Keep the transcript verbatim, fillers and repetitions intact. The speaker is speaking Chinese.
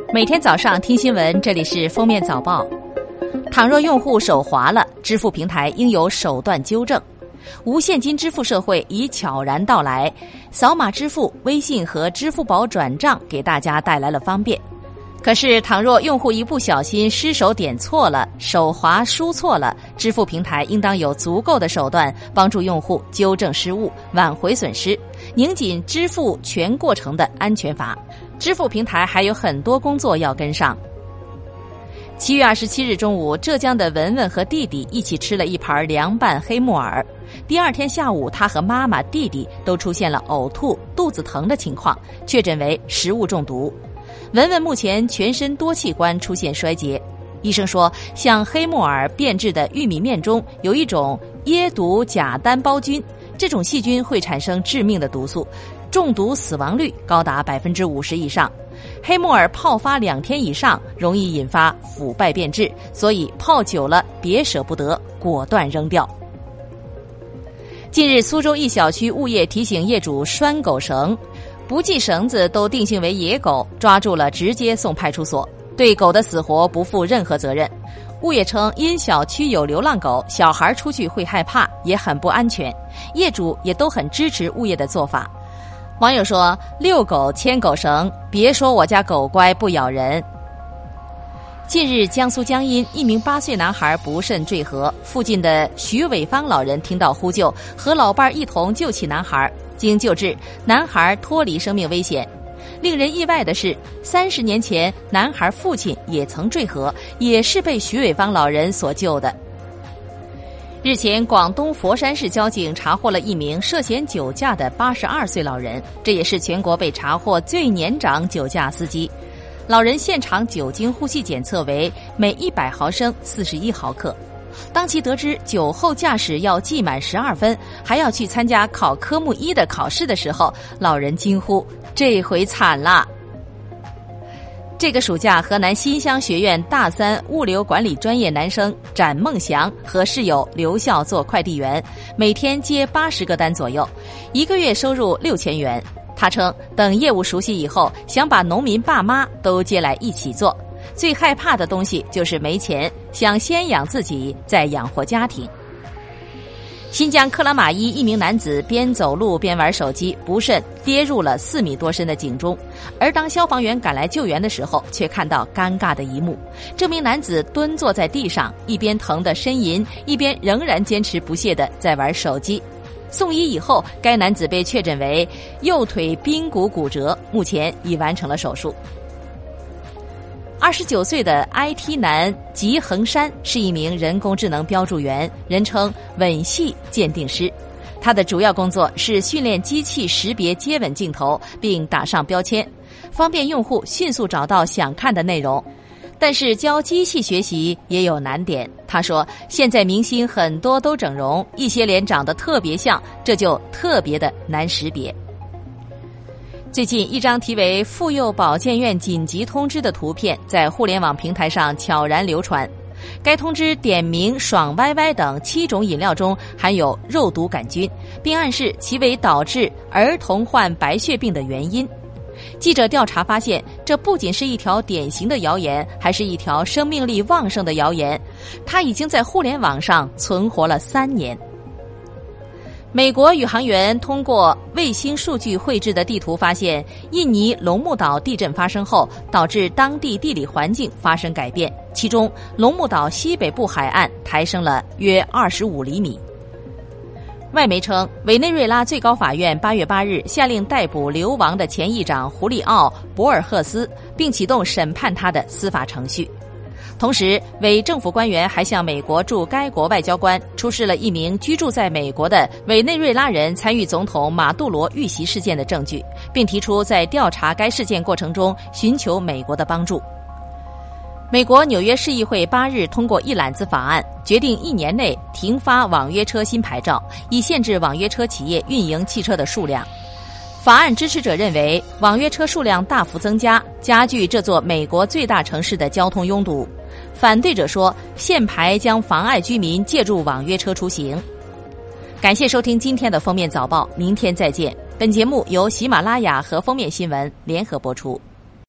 每天早上听新闻，这里是封面早报。倘若用户手滑了，支付平台应有手段纠正。无现金支付社会已悄然到来，扫码支付、微信和支付宝转账给大家带来了方便。可是，倘若用户一不小心失手点错了，手滑输错了，支付平台应当有足够的手段帮助用户纠正失误、挽回损失，拧紧支付全过程的安全阀。支付平台还有很多工作要跟上。七月二十七日中午，浙江的文文和弟弟一起吃了一盘凉拌黑木耳。第二天下午，他和妈妈、弟弟都出现了呕吐、肚子疼的情况，确诊为食物中毒。文文目前全身多器官出现衰竭。医生说，像黑木耳变质的玉米面中有一种椰毒甲单胞菌，这种细菌会产生致命的毒素，中毒死亡率高达百分之五十以上。黑木耳泡发两天以上容易引发腐败变质，所以泡久了别舍不得，果断扔掉。近日，苏州一小区物业提醒业主拴狗绳，不系绳子都定性为野狗，抓住了直接送派出所，对狗的死活不负任何责任。物业称，因小区有流浪狗，小孩出去会害怕，也很不安全，业主也都很支持物业的做法。网友说，遛狗牵狗绳，别说我家狗乖不咬人。近日，江苏江阴一名八岁男孩不慎坠河，附近的徐伟芳老人听到呼救，和老伴一同救起男孩，经救治，男孩脱离生命危险。令人意外的是，三十年前男孩父亲也曾坠河，也是被徐伟芳老人所救的。日前，广东佛山市交警查获了一名涉嫌酒驾的八十二岁老人，这也是全国被查获最年长酒驾司机。老人现场酒精呼气检测为每一百毫升四十一毫克。当其得知酒后驾驶要记满十二分，还要去参加考科目一的考试的时候，老人惊呼：“这回惨了！”这个暑假，河南新乡学院大三物流管理专业男生展梦祥和室友留校做快递员，每天接八十个单左右，一个月收入六千元。他称，等业务熟悉以后，想把农民爸妈都接来一起做。最害怕的东西就是没钱，想先养自己，再养活家庭。新疆克拉玛依一名男子边走路边玩手机，不慎跌入了四米多深的井中，而当消防员赶来救援的时候，却看到尴尬的一幕：这名男子蹲坐在地上，一边疼得呻吟，一边仍然坚持不懈地在玩手机。送医以后，该男子被确诊为右腿髌骨骨折，目前已完成了手术。二十九岁的 I T 男吉恒山是一名人工智能标注员，人称吻系鉴定师。他的主要工作是训练机器识别接吻镜头，并打上标签，方便用户迅速找到想看的内容。但是教机器学习也有难点。他说，现在明星很多都整容，一些脸长得特别像，这就特别的难识别。最近，一张题为妇幼保健院紧急通知的图片在互联网平台上悄然流传。该通知点名爽歪歪等七种饮料中含有肉毒杆菌，并暗示其为导致儿童患白血病的原因。记者调查发现，这不仅是一条典型的谣言，还是一条生命力旺盛的谣言。它已经在互联网上存活了三年。美国宇航员通过卫星数据绘制的地图发现，印尼龙目岛地震发生后，导致当地地理环境发生改变，其中龙目岛西北部海岸抬升了约二十五厘米。外媒称，委内瑞拉最高法院八月八日下令逮捕流亡的前议长胡里奥·博尔赫斯，并启动审判他的司法程序。同时，伪政府官员还向美国驻该国外交官出示了一名居住在美国的委内瑞拉人参与总统马杜罗遇袭事件的证据，并提出在调查该事件过程中寻求美国的帮助。美国纽约市议会八日通过一揽子法案，决定一年内停发网约车新牌照，以限制网约车企业运营汽车的数量。法案支持者认为，网约车数量大幅增加，加剧这座美国最大城市的交通拥堵。反对者说，限牌将妨碍居民借助网约车出行。感谢收听今天的封面早报，明天再见。本节目由喜马拉雅和封面新闻联合播出。